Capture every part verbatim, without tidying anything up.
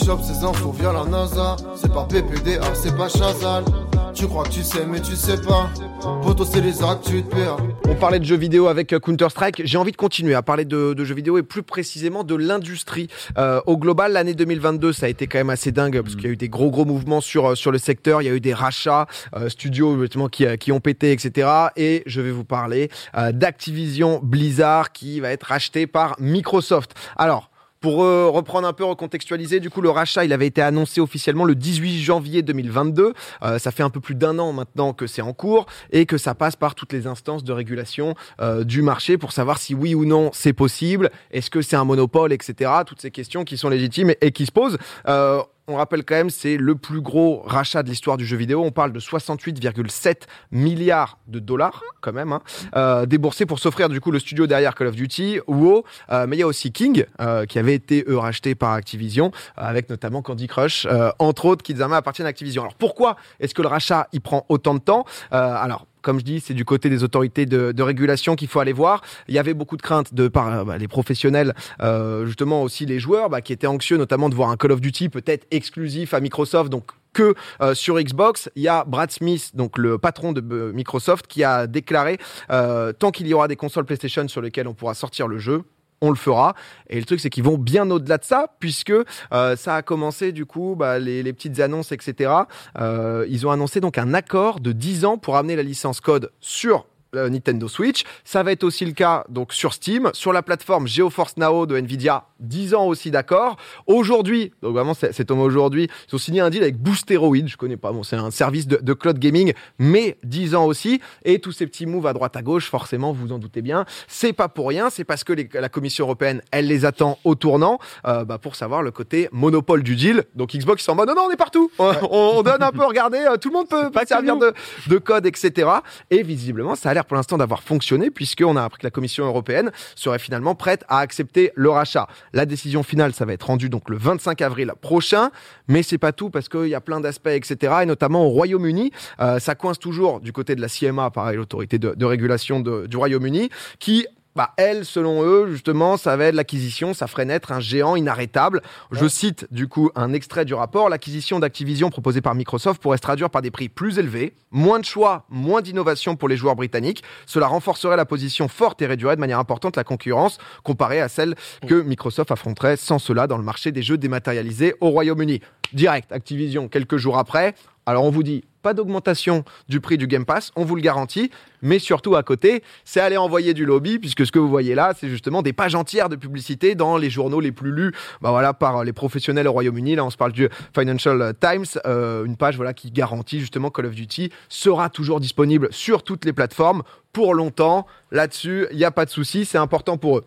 chope ces infos via la NASA. C'est pas P P D A, c'est pas Chazal. Tu crois que tu sais mais tu sais pas. Poto c'est les actes, tu te perds. On parlait de jeux vidéo avec Counter-Strike. J'ai envie de continuer à parler de, de jeux vidéo et plus précisément de l'industrie. Euh, au global, l'année deux mille vingt-deux, ça a été quand même assez dingue parce qu'il y a eu des gros gros mouvements sur, sur le secteur. Il y a eu des rachats, euh, studios justement, qui, qui ont pété, et cetera. Et je vais vous parler euh, d'Activision Blizzard qui va être racheté par Microsoft. Alors, pour euh, reprendre un peu, recontextualiser, du coup, le rachat, il avait été annoncé officiellement le dix-huit janvier deux mille vingt-deux. Euh, ça fait un peu plus d'un an maintenant que c'est en cours et que ça passe par toutes les instances de régulation euh, du marché pour savoir si oui ou non c'est possible. Est-ce que c'est un monopole, et cetera. Toutes ces questions qui sont légitimes et, et qui se posent. Euh, On rappelle quand même, c'est le plus gros rachat de l'histoire du jeu vidéo. On parle de soixante-huit virgule sept milliards de dollars, quand même, hein, euh, déboursés pour s'offrir du coup le studio derrière Call of Duty, WoW, euh, mais il y a aussi King, euh, qui avait été, eux, rachetés par Activision, euh, avec notamment Candy Crush, euh, entre autres, qui désormais appartiennent à Activision. Alors pourquoi est-ce que le rachat, il prend autant de temps ? euh, Alors, comme je dis, c'est du côté des autorités de, de régulation qu'il faut aller voir. Il y avait beaucoup de craintes de par bah, les professionnels, euh, justement aussi les joueurs, bah, qui étaient anxieux notamment de voir un Call of Duty peut-être exclusif à Microsoft, donc que euh, sur Xbox. Il y a Brad Smith, donc le patron de euh, Microsoft, qui a déclaré euh, tant qu'il y aura des consoles PlayStation sur lesquelles on pourra sortir le jeu, on le fera. Et le truc, c'est qu'ils vont bien au-delà de ça, puisque euh, ça a commencé, du coup, bah, les, les petites annonces, et cetera. Euh, ils ont annoncé donc un accord de dix ans pour amener la licence code sur euh, Nintendo Switch. Ça va être aussi le cas donc sur Steam, sur la plateforme GeoForce Now de Nvidia, dix ans aussi d'accord. Aujourd'hui, donc vraiment c'est, c'est tombé aujourd'hui, ils ont signé un deal avec Boosteroid, je connais pas, bon, c'est un service de, de cloud gaming, mais dix ans aussi. Et tous ces petits moves à droite à gauche, forcément, vous en doutez bien, c'est pas pour rien, c'est parce que les, la Commission européenne, elle les attend au tournant, euh, bah, pour savoir le côté monopole du deal. Donc Xbox, ils sont en mode non, non, on est partout, on, on donne un peu, regardez, tout le monde peut, peut servir de, de code, et cetera. Et visiblement, ça a l'air pour l'instant d'avoir fonctionné, puisqu'on a appris que la Commission européenne serait finalement prête à accepter le rachat. La décision finale, ça va être rendu donc le vingt-cinq avril prochain, mais c'est pas tout parce qu'il y a plein d'aspects, et cetera. Et notamment au Royaume-Uni, euh, ça coince toujours du côté de la C M A, pareil, l'autorité de, de régulation de, du Royaume-Uni, qui Bah, elle, selon eux, justement, ça va être l'acquisition, ça ferait naître un géant inarrêtable. Ouais. Je cite, du coup, un extrait du rapport. L'acquisition d'Activision proposée par Microsoft pourrait se traduire par des prix plus élevés, moins de choix, moins d'innovation pour les joueurs britanniques. Cela renforcerait la position forte et réduirait de manière importante la concurrence comparée à celle que Microsoft affronterait sans cela dans le marché des jeux dématérialisés au Royaume-Uni. Direct, Activision, quelques jours après. Alors, on vous dit, pas d'augmentation du prix du Game Pass, on vous le garantit, mais surtout à côté, c'est aller envoyer du lobby, puisque ce que vous voyez là, c'est justement des pages entières de publicité dans les journaux les plus lus, bah voilà, par les professionnels au Royaume-Uni. Là, on se parle du Financial Times, euh, une page voilà, qui garantit justement que Call of Duty sera toujours disponible sur toutes les plateformes pour longtemps. Là-dessus, il n'y a pas de souci, c'est important pour eux.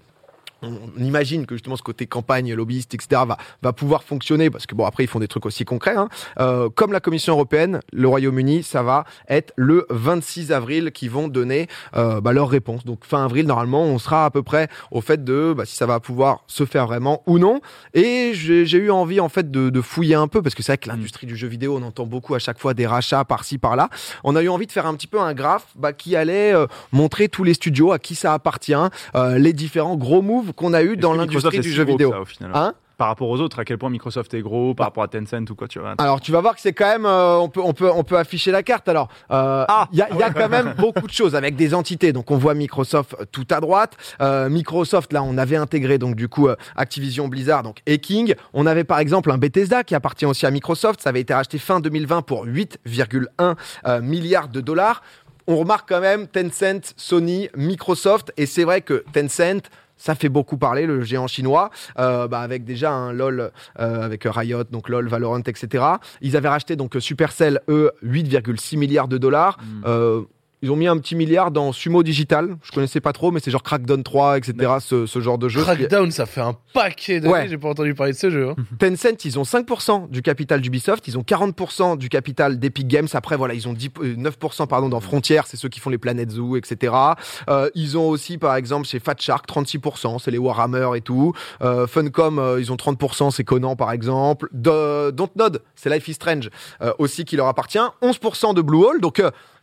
On imagine que justement ce côté campagne, lobbyiste, et cetera va, va pouvoir fonctionner parce que bon, après, ils font des trucs aussi concrets. Hein. Euh, comme la Commission européenne, le Royaume-Uni, ça va être le vingt-six avril qu'ils vont donner euh, bah, leur réponse. Donc fin avril, normalement, on sera à peu près au fait de bah, si ça va pouvoir se faire vraiment ou non. Et j'ai, j'ai eu envie en fait de, de fouiller un peu parce que c'est vrai que l'industrie du jeu vidéo, on entend beaucoup à chaque fois des rachats par-ci, par-là. On a eu envie de faire un petit peu un graphe bah, qui allait euh, montrer tous les studios, à qui ça appartient, euh, les différents gros moves qu'on a eu Est-ce dans l'industrie du jeu vidéo. Ça, au final, hein par rapport aux autres, à quel point Microsoft est gros, par rapport à Tencent ou quoi, tu vois. Alors, tu vas voir que c'est quand même, euh, on peut, on peut, on peut afficher la carte. Alors, il euh, ah, y a, y a quand même beaucoup de choses avec des entités. Donc, on voit Microsoft tout à droite. Euh, Microsoft, là, on avait intégré donc du coup euh, Activision Blizzard, donc et King. On avait par exemple un Bethesda qui appartient aussi à Microsoft. Ça avait été racheté fin deux mille vingt pour huit virgule un euh, milliards de dollars. On remarque quand même Tencent, Sony, Microsoft, et c'est vrai que Tencent, ça fait beaucoup parler, le géant chinois, euh, bah avec déjà un LoL euh, avec Riot, donc LoL, Valorant, et cetera. Ils avaient racheté donc Supercell, eux, huit virgule six milliards de dollars. Mmh. Euh, Ils ont mis un petit milliard dans Sumo Digital. Je connaissais pas trop, mais c'est genre Crackdown trois, et cetera. Ce, ce genre de jeu. Crackdown, ça fait un paquet d'années. Ouais. J'ai pas entendu parler de ce jeu. Hein. Tencent, ils ont cinq pour cent du capital d'Ubisoft. Ils ont quarante pour cent du capital d'Epic Games. Après, voilà, ils ont dix, neuf pour cent pardon, dans Frontier. C'est ceux qui font les Planet Zoo, et cetera. Euh, ils ont aussi, par exemple, chez Fat Shark, trente-six pour cent. C'est les Warhammer et tout. Euh, Funcom, euh, ils ont trente pour cent. C'est Conan, par exemple. De, Dontnod, c'est Life is Strange, euh, aussi qui leur appartient. onze pour cent de Bluehole. Donc, euh,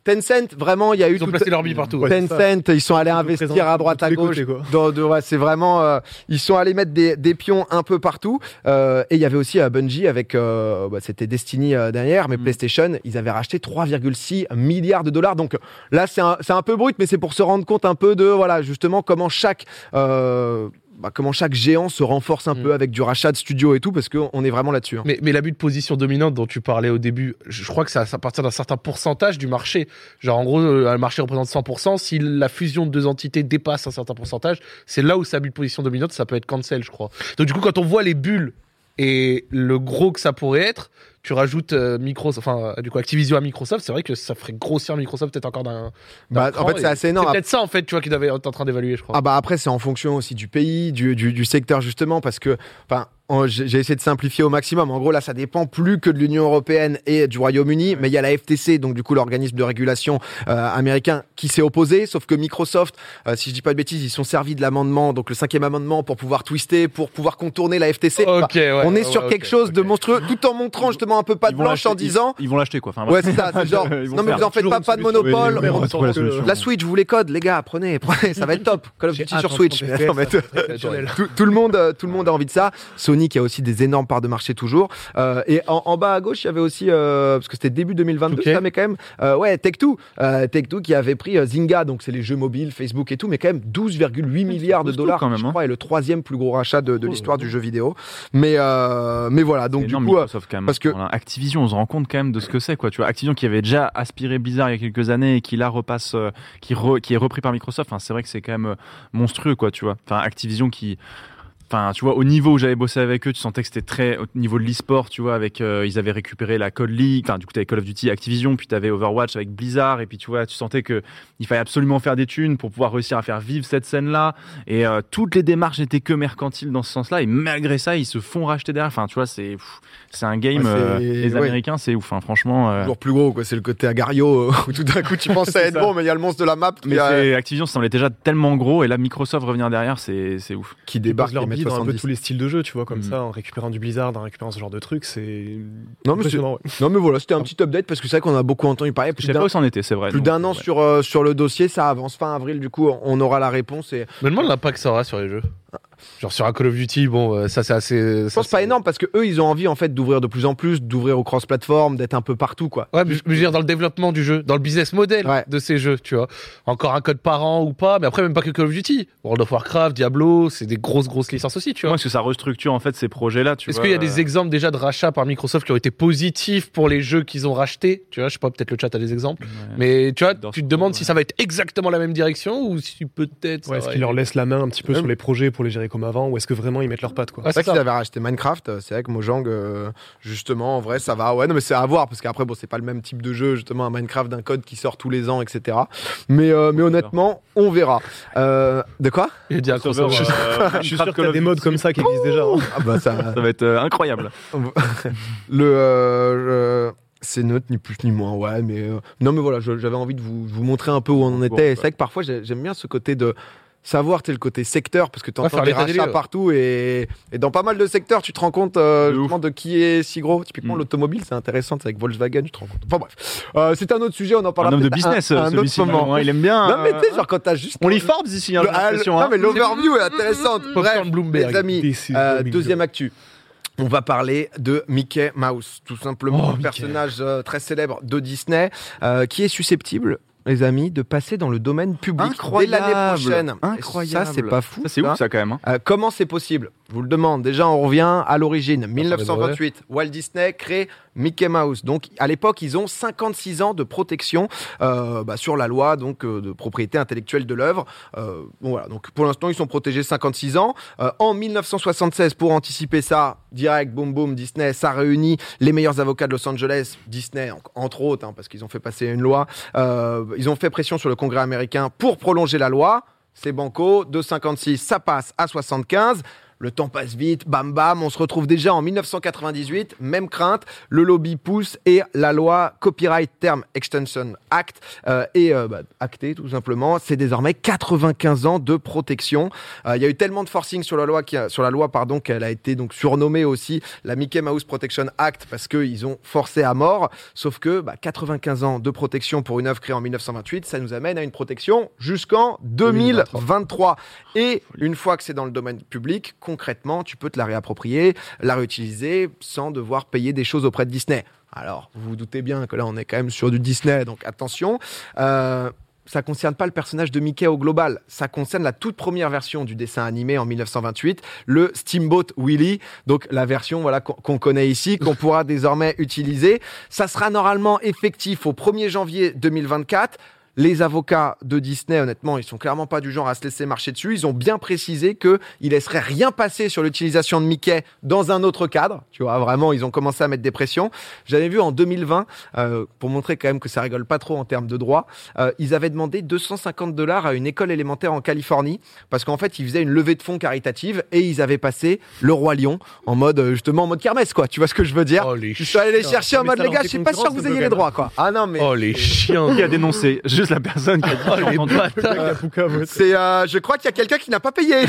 Tencent, vraiment, il y a eu Ils ont tout... placé leur billes partout. Ouais. Tencent, ils sont allés Ils investir à droite, à gauche. Côtés, Dans, de, ouais, c'est vraiment, euh, ils sont allés mettre des, des pions un peu partout. Euh, et il y avait aussi euh, Bungie avec, euh, bah, c'était Destiny euh, derrière, mais mm. PlayStation, ils avaient racheté trois virgule six milliards de dollars. Donc là, c'est un, c'est un peu brut, mais c'est pour se rendre compte un peu de, voilà, justement, comment chaque, euh, bah, comment chaque géant se renforce un mmh. peu avec du rachat de studios et tout, parce qu'on est vraiment là-dessus. Hein. Mais, mais l'abus de position dominante dont tu parlais au début, je crois que c'est à partir d'un certain pourcentage du marché. Genre, en gros, le marché représente cent pour cent. Si la fusion de deux entités dépasse un certain pourcentage, c'est là où c'est abus de position dominante, ça peut être cancel, je crois. Donc, du coup, quand on voit les bulles et le gros que ça pourrait être, tu rajoutes euh, Microsoft, enfin du coup Activision à Microsoft, c'est vrai que ça ferait grossir Microsoft peut-être encore d'un. d'un bah, en fait, c'est assez énorme. C'est peut-être ça en fait, tu vois, qu'ils doivent être en train d'évaluer, je crois. Ah bah après, c'est en fonction aussi du pays, du, du, du secteur justement, parce que, enfin. J'ai essayé de simplifier au maximum. En gros, là, ça dépend plus que de l'Union européenne et du Royaume-Uni, ouais. mais il y a la F T C, donc du coup l'organisme de régulation euh, américain, qui s'est opposé. Sauf que Microsoft, euh, si je dis pas de bêtises, ils sont servis de l'amendement, donc le cinquième amendement, pour pouvoir twister, pour pouvoir contourner la F T C. Okay, enfin, ouais, on est ouais, sur ouais, quelque okay, chose okay. de monstrueux, tout en montrant justement un peu pas de blanche en disant. Ils, ils vont l'acheter quoi. Enfin, ouais, c'est ça. C'est genre. non mais vous en faites pas, pas de monopole. Mais, mais, mais, on, la, la Switch, vous les codes, les gars, prenez, prenez, ça va être top. Call of Duty sur Switch. Attends, mais tout, tout le monde, tout le monde a envie de ça. Sony qui a aussi des énormes part de marché toujours. Euh, et en, en bas à gauche, il y avait aussi, euh, parce que c'était début deux mille vingt-deux, okay. ça, mais quand même, euh, ouais, Take Two, euh, Take Two qui avait pris euh, Zynga, donc c'est les jeux mobiles, Facebook et tout, mais quand même douze virgule huit milliards de dollars, quand même, je crois, hein. est le troisième plus gros rachat de, de l'histoire oh, du jeu vidéo. Mais, euh, mais voilà, donc du coup, Microsoft, quand même. parce que voilà, Activision, on se rend compte quand même de ce que c'est, quoi. Tu vois, Activision qui avait déjà aspiré Blizzard il y a quelques années et qui là repasse, euh, qui, re, qui est repris par Microsoft. Enfin, c'est vrai que c'est quand même monstrueux, quoi. Tu vois, enfin, Activision qui Enfin, tu vois, au niveau où j'avais bossé avec eux, tu sentais que c'était très au niveau de l'e-sport, tu vois, avec euh, ils avaient récupéré la Code League, enfin du coup t'avais Call of Duty, Activision, puis t'avais Overwatch avec Blizzard, et puis tu vois, tu sentais que il fallait absolument faire des thunes pour pouvoir réussir à faire vivre cette scène-là, et euh, toutes les démarches n'étaient que mercantiles dans ce sens-là, et malgré ça, ils se font racheter derrière. Enfin, tu vois, c'est pff, c'est un game. Ouais, c'est... Euh, les ouais. Américains, c'est ouf, hein, franchement. Euh... Toujours plus gros, quoi. C'est le côté Agario où tout d'un coup tu pensais être bon, mais il y a le monstre de la map. Mais a... c'est... Activision, ça semblait déjà tellement gros, et là Microsoft revenir derrière, c'est c'est ouf. Qui débarque leur bille dans un peu tous les styles de jeu, tu vois, comme mmh. ça, en récupérant du Blizzard, en récupérant ce genre de trucs, c'est. Non, mais, c'est... Ouais. non, mais voilà, c'était un petit update parce que c'est vrai qu'on a beaucoup entendu parler. Je sais pas où c'en était, c'est vrai. Plus donc, d'un an ouais. sur, euh, sur le dossier, ça avance fin avril, du coup, on aura la réponse. Et... Je me demande l'impact que ça aura sur les jeux. Genre sur un Call of Duty, bon, euh, ça c'est assez. Je pense c'est... pas énorme parce que eux, ils ont envie en fait d'ouvrir de plus en plus, d'ouvrir aux cross-platform, d'être un peu partout, quoi. Ouais, mais je veux dire dans le développement du jeu, dans le business model ouais. de ces jeux, tu vois. Encore un code par an ou pas, mais après même pas que Call of Duty. World of Warcraft, Diablo, c'est des grosses grosses licences aussi, tu vois. Ouais, parce que ça restructure en fait ces projets-là, tu Est-ce vois. qu'il y a des exemples déjà de rachats par Microsoft qui ont été positifs pour les jeux qu'ils ont rachetés, tu vois. Je sais pas, peut-être le chat a des exemples, ouais. mais tu vois, dans tu te demandes ouais. si ça va être exactement la même direction ou si peut-être. Ouais, est-ce qu'ils leur laissent la main un petit peu ouais. sur les projets pour les gérer comme avant, ou est-ce que vraiment ils mettent leurs pattes, quoi. Ouais, c'est vrai qu'ils avaient racheté Minecraft, c'est vrai que Mojang euh, justement en vrai ça va, ouais non mais c'est à voir parce qu'après bon c'est pas le même type de jeu justement un Minecraft d'un code qui sort tous les ans etc, mais, euh, mais honnêtement on verra. Euh, de quoi Il dit un crossover, je, euh, je suis sûr qu'il y a des modes comme ça qui existent déjà, hein. Ah bah ça, ça va être euh, incroyable. le euh, je... c'est neutre, ni plus ni moins, ouais, mais euh... non, mais voilà, je, j'avais envie de vous, vous montrer un peu où on en était. Bon, ouais. C'est vrai que parfois j'aime bien ce côté de savoir, tu sais, le côté secteur, parce que tu entends des rachats partout et, et dans pas mal de secteurs, tu te rends compte euh, justement de qui est si gros. Typiquement, mm. l'automobile, c'est intéressant, c'est avec Volkswagen, tu te rends compte. Enfin bref, euh, c'est un autre sujet, on en parlera un homme de business, un, un autre moment. Hein, il aime bien. Non, mais tu sais, genre quand t'as juste. On lit Forbes ici, hein, le, ah, le, hein. Non, mais l'overview est intéressante. Bref, les amis, euh, deuxième actu. On va parler de Mickey Mouse, tout simplement, oh, un personnage euh, très célèbre de Disney euh, qui est susceptible, les amis, de passer dans le domaine public Incroyable. dès l'année prochaine. Incroyable. Ça, c'est pas fou. Ça, c'est ça. ouf, ça, quand même. Hein. Euh, comment c'est possible ? Je vous le demande. Déjà, on revient à l'origine. dix-neuf cent vingt-huit, Walt Disney crée Mickey Mouse. Donc, à l'époque, ils ont cinquante-six ans de protection euh, bah, sur la loi donc euh, de propriété intellectuelle de l'œuvre. Euh, bon, voilà. Donc, pour l'instant, ils sont protégés cinquante-six ans. Euh, en dix-neuf cent soixante-seize, pour anticiper ça, direct, boum, boum, Disney, ça réunit les meilleurs avocats de Los Angeles, Disney, entre autres, hein, parce qu'ils ont fait passer une loi. Euh, ils ont fait pression sur le Congrès américain pour prolonger la loi. C'est banco, de cinquante-six, ça passe à soixante-quinze. le temps passe vite, bam bam, on se retrouve déjà en dix-neuf cent quatre-vingt-dix-huit, même crainte, le lobby pousse et la loi Copyright Term Extension Act euh, est euh, bah, actée tout simplement. C'est désormais quatre-vingt-quinze ans de protection. Il euh, y a eu tellement de forcing sur la loi, qui a, sur la loi pardon, qu'elle a été donc surnommée aussi la Mickey Mouse Protection Act parce qu'ils ont forcé à mort. Sauf que bah, quatre-vingt-quinze ans de protection pour une œuvre créée en dix-neuf cent vingt-huit, ça nous amène à une protection jusqu'en deux mille vingt-trois. Et une fois que c'est dans le domaine public, concrètement, tu peux te la réapproprier, la réutiliser sans devoir payer des choses auprès de Disney. Alors, vous vous doutez bien que là, on est quand même sur du Disney, donc attention. Euh, ça ne concerne pas le personnage de Mickey au global. Ça concerne la toute première version du dessin animé en dix-neuf cent vingt-huit, le Steamboat Willie. Donc, la version voilà, qu'on, qu'on connaît ici, qu'on pourra désormais utiliser. Ça sera normalement effectif au premier janvier deux mille vingt-quatre. Les avocats de Disney, honnêtement, ils sont clairement pas du genre à se laisser marcher dessus. Ils ont bien précisé qu'ils laisseraient rien passer sur l'utilisation de Mickey dans un autre cadre. Tu vois, vraiment, ils ont commencé à mettre des pressions. J'avais vu en deux mille vingt, euh, pour montrer quand même que ça rigole pas trop en termes de droit, euh, ils avaient demandé deux cent cinquante dollars à une école élémentaire en Californie parce qu'en fait, ils faisaient une levée de fonds caritative et ils avaient passé le Roi Lion en mode, justement, en mode kermesse, quoi. Tu vois ce que je veux dire? Oh, les Je suis allé les chercher en Mais mode, ça les leur gars, fait je suis pas sûr que concurrence, vous ayez ce les slogan. droits, quoi. Ah non, mais. Oh les chiens. Qui a dénoncé? Juste la personne qui a dit Oh, j'ai les entendu. bâtards. C'est, euh, je crois qu'il y a quelqu'un qui n'a pas payé.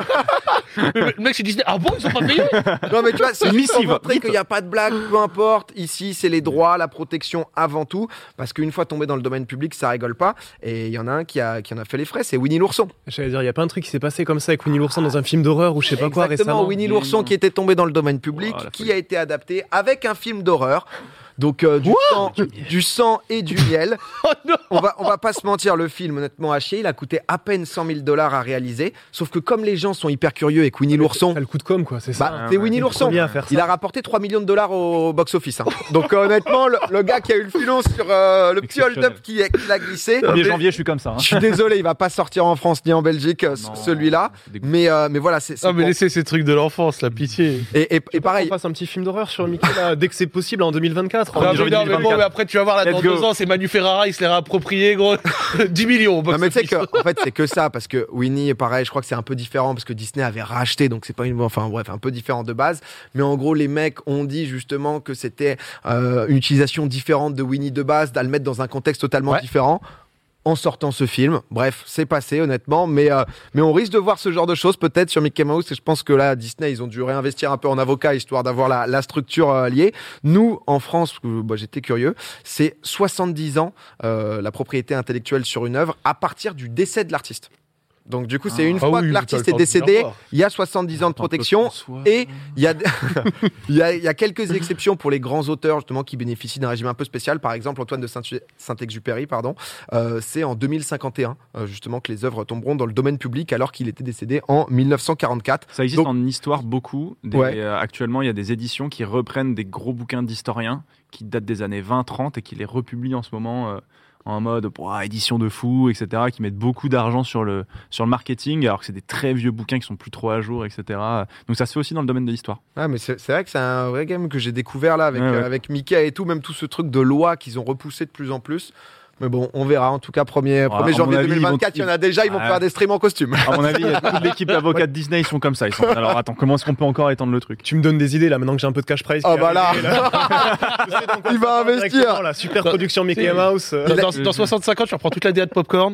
Le mec chez Disney, ah bon, ils sont pas payés? Non mais tu vois, c'est Une juste pour missive. montrer qu'il n'y a pas de blague, peu importe. Ici, c'est les droits, la protection avant tout, parce qu'une fois tombé dans le domaine public, ça rigole pas. Et il y en a un qui a qui en a fait les frais, c'est Winnie l'ourson. J'allais dire, il y a pas un truc qui s'est passé comme ça avec Winnie l'ourson dans un film d'horreur ou je sais pas quoi Exactement, récemment. Winnie l'ourson qui était tombé dans le domaine public, Oh, la qui folie. a été adapté avec un film d'horreur. Donc euh, du, sang, du sang et du miel. Oh non. On va, on va pas se mentir, le film, honnêtement, à chier, il a coûté à peine cent mille dollars à réaliser. Sauf que comme les gens sont hyper curieux et que Winnie l'ourson, Ça le coup de com, quoi, c'est ça. bah, c'est Winnie C'est le l'ourson. premier à faire ça. Il a rapporté trois millions de dollars au box-office. Hein. Donc euh, honnêtement, le, le gars qui a eu le filon sur euh, le petit hold-up qui, qui l'a glissé. premier janvier, je suis comme ça. hein. Je suis désolé, il va pas sortir en France ni en Belgique, euh, Non, celui-là. c'est dégoûtant. Mais, euh, mais voilà, c'est... c'est Non, mais pour- laissez ces trucs de l'enfance, la pitié. Et, et, et On pareil, fasse un petit film d'horreur sur Mickey là, dès que c'est possible en deux mille vingt-quatre. Oh, Non, on mais, dirait non, deux mille mais bon, vingt-quatre. mais après, tu vas voir là, dans Let's go. deux ans, c'est Manu Ferrara, il se les réapproprié, gros. dix millions. au non, mais tu sais box-office. que en fait c'est que ça parce que Winnie pareil je crois que c'est un peu différent parce que Disney avait racheté donc c'est pas une enfin bref un peu différent de base mais en gros les mecs ont dit justement que c'était euh, une utilisation différente de Winnie de base d'à le mettre dans un contexte totalement Ouais. différent en sortant ce film. Bref, c'est passé honnêtement, mais euh, mais on risque de voir ce genre de choses peut-être sur Mickey Mouse et je pense que là Disney ils ont dû réinvestir un peu en avocat histoire d'avoir la, la structure euh, liée. Nous en France, euh, bah, j'étais curieux, c'est soixante-dix ans euh, la propriété intellectuelle sur une œuvre à partir du décès de l'artiste. Donc du coup, c'est une Ah fois oui, que t'as l'artiste le est temps de décédé, bien voir. il y a soixante-dix ans de protection et il y a, il y, a, il y a quelques exceptions pour les grands auteurs justement qui bénéficient d'un régime un peu spécial. Par exemple, Antoine de Saint- Saint-Exupéry, pardon, euh, c'est en deux mille cinquante et un euh, justement que les œuvres tomberont dans le domaine public alors qu'il était décédé en mille neuf cent quarante-quatre. Ça existe Donc- en histoire beaucoup. Des- Ouais. euh, actuellement, il y a des éditions qui reprennent des gros bouquins d'historiens qui datent des années vingt trente et qui les republient en ce moment euh, en mode Pouah, édition de fou, et cetera, qui mettent beaucoup d'argent sur le, sur le marketing, alors que c'est des très vieux bouquins qui sont plus trop à jour, et cetera. Donc ça se fait aussi dans le domaine de l'histoire. Ah, mais c'est c'est vrai que c'est un vrai game que j'ai découvert là avec, Ouais, ouais. euh, avec Mickey et tout, même tout ce truc de loi qu'ils ont repoussé de plus en plus. Mais bon, on verra. En tout cas, premier, à premier mon janvier avis, ils deux mille vingt-quatre, vont- il y en a déjà, ils vont Ouais. faire des streams en costume. À mon avis, il y a toute l'équipe d'avocats de Disney, ils sont comme ça. Ils sont... Alors attends, comment est-ce qu'on peut encore étendre le truc? Tu me donnes des idées là maintenant que j'ai un peu de cash prize. Oh qui est bah là. arrivé, là. Je sais dans quoi Il va ça part investir. directement, La super production Mickey C'est- Mouse. euh, Dans, Il a- dans- dans soixante-cinq ans, tu reprends toute la D A de Popcorn.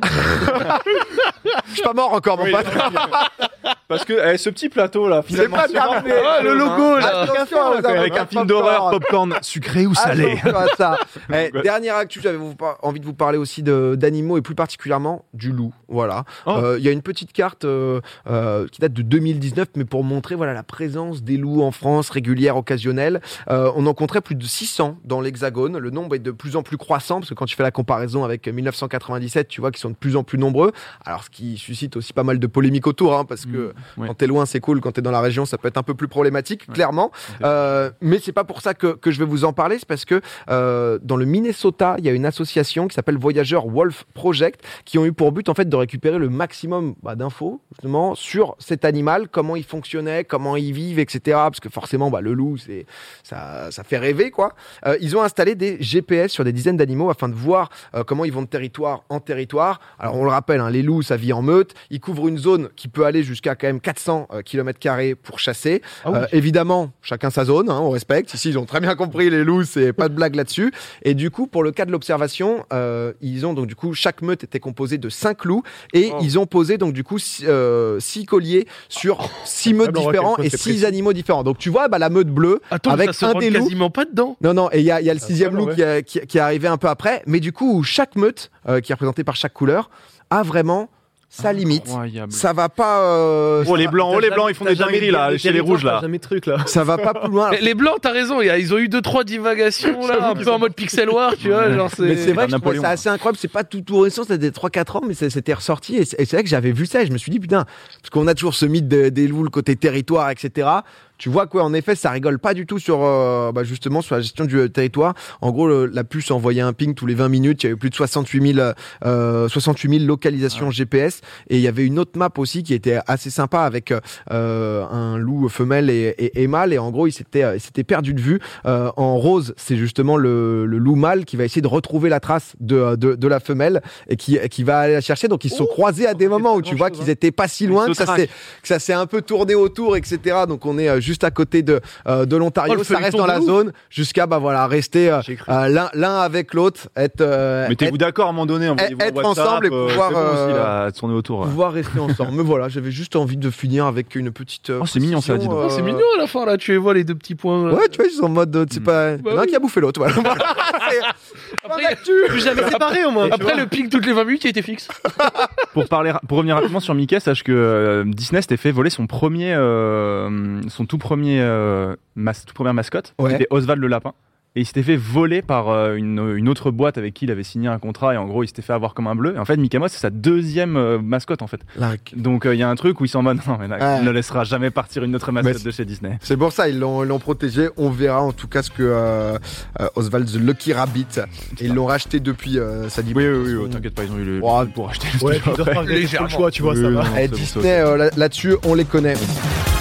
Je suis pas mort encore, mon Oui. pote. Parce que eh, ce petit plateau là, C'est pas terminé. Ah, le logo, là. Attention aux avec avocats un film popcorn. d'horreur, popcorn sucré ou salé. Attention à ça. Eh, dernière actu, j'avais vous par- envie de vous parler aussi de- d'animaux et plus particulièrement du loup. Voilà. Il Oh. y a une petite carte euh, euh, qui date de deux mille dix-neuf, mais pour montrer voilà la présence des loups en France, régulière, occasionnelle. Euh, on en compterait plus de six cents dans l'Hexagone. Le nombre est de plus en plus croissant parce que quand tu fais la comparaison avec mille neuf cent quatre-vingt-dix-sept, tu vois qu'ils sont de plus en plus nombreux. Alors, ce qui suscite aussi pas mal de polémiques autour, hein, parce que Mmh, ouais. quand t'es loin, c'est cool. Quand t'es dans la région, ça peut être un peu plus problématique, Ouais. clairement. Euh, mais c'est pas pour ça que, que je vais vous en parler, c'est parce que euh, dans le Minnesota, il y a une association qui s'appelle Voyageurs Wolf Project qui ont eu pour but en fait de récupérer le maximum bah, d'infos justement sur cet animal, comment il fonctionnait, comment ils vivent, et cetera. Parce que forcément, bah, le loup, c'est ça, ça fait rêver, quoi. Euh, ils ont installé des G P S sur des dizaines d'animaux afin de voir euh, comment ils vont de territoire en territoire. Alors on le rappelle, hein, les loups, ça vit en meute. Ils couvrent une zone qui peut aller jusqu'à quand quand même quatre cents kilomètres carrés pour chasser. Ah oui. Euh, évidemment, chacun sa zone, hein, on respecte. Ici, ils ont très bien compris les loups, c'est pas de blague là-dessus. Et du coup, pour le cas de l'observation, euh, ils ont donc du coup chaque meute était composée de cinq loups et Oh. ils ont posé donc du coup six, euh, six colliers sur six meutes Ah, bon, différents ouais, et c'est six précis. animaux différents. Donc tu vois, bah, la meute bleue Attends, avec ça se un rentre des loups. quasiment pas dedans. Non, non, et il y a, il y a le sixième ça, loup ouais. qui, a- qui, qui est arrivé un peu après. Mais du coup, chaque meute, euh, qui est représentée par chaque couleur, a vraiment sa limite. Incroyable. Ça va pas. euh, Oh les ça va- blancs, oh les blancs, ils font T'as des jamais dingueries de- là, de chez les territoire, rouges t'as là. jamais de truc là. Ça va pas plus loin. Mais les blancs, t'as raison, il y a- ils ont eu deux trois divagations là, un peu en mode pixel war, tu vois, genre c'est. Mais c'est vrai un que je trouvais Napoléon, ça hein. assez incroyable. C'est pas tout, tout récent, c'était trois quatre ans, mais ça- c'était ressorti. Et c'est et c'est vrai que j'avais vu ça et je me suis dit, putain, parce qu'on a toujours ce mythe de- des loups, le côté territoire, et cetera. Tu vois quoi, en effet, ça rigole pas du tout sur euh, bah, justement sur la gestion du euh, territoire. En gros, le- la puce envoyait un ping tous les vingt minutes. Il y avait plus de soixante-huit mille, euh, soixante-huit mille localisations G P S. Et il y avait une autre map aussi qui était assez sympa avec euh, un loup femelle et, et, et mâle. Et en gros, il s'était, euh, il s'était perdu de vue. Euh, en rose, c'est justement le, le loup mâle qui va essayer de retrouver la trace de, de, de la femelle et qui, qui va aller la chercher. Donc ils se sont croisés à des moments où tu vois qu'ils étaient pas si loin, Ils que se ça, s'est, que ça s'est un peu tourné autour, et cetera. Donc on est euh, juste à côté de, euh, de l'Ontario. Oh, le Ça reste feuilleton dans de la ouf. zone jusqu'à bah voilà rester euh, J'ai cru. euh, l'un, l'un avec l'autre, être, euh, Mettez-vous être- d'accord à un moment donné, envoyez-vous un être WhatsApp, ensemble et euh, pouvoir, c'est bon aussi, euh, là, tourner autour. ouais. pouvoir rester ensemble. Mais voilà, j'avais juste envie de finir avec une petite. euh, Oh, c'est mignon, ça, dis donc. précision, Oh, c'est euh, mignon à la fin là, tu les vois les deux petits points. là. Ouais, tu vois, ils sont en mode, euh, c'est Mm. pas. Bah Il y en a un oui. qui a bouffé l'autre. Voilà. C'est- Après, Plus jamais séparé au moins. après le ping toutes les vingt minutes, il était fixe. Pour, parler, pour revenir rapidement sur Mickey, sache que euh, Disney s'était fait voler son premier, euh, son tout premier, euh, mas- toute première mascotte, Ouais. qui était Oswald le lapin. Et il s'était fait voler par euh, une, une autre boîte avec qui il avait signé un contrat. Et en gros, il s'était fait avoir comme un bleu. Et en fait, Mickey Mouse, c'est sa deuxième euh, mascotte en fait. Là, Donc il y a un truc où ils sont en mode non, mais là, Ouais. il ne laissera jamais partir une autre mascotte Mais de chez Disney. C'est pour ça, ils l'ont, ils l'ont protégé. On verra en tout cas ce que euh, euh, Oswald the Lucky Rabbit. Et ils l'ont racheté depuis euh, sa Oui, libération. oui, oui, t'inquiète pas, ils ont eu le Oh, pour acheter le Ouais, studio puis après. de reparler, Légèrement. le choix, tu vois, Oui, ça oui, va. non, Et c'est bon, c'est Disney, euh, là- là-dessus, on les connaît.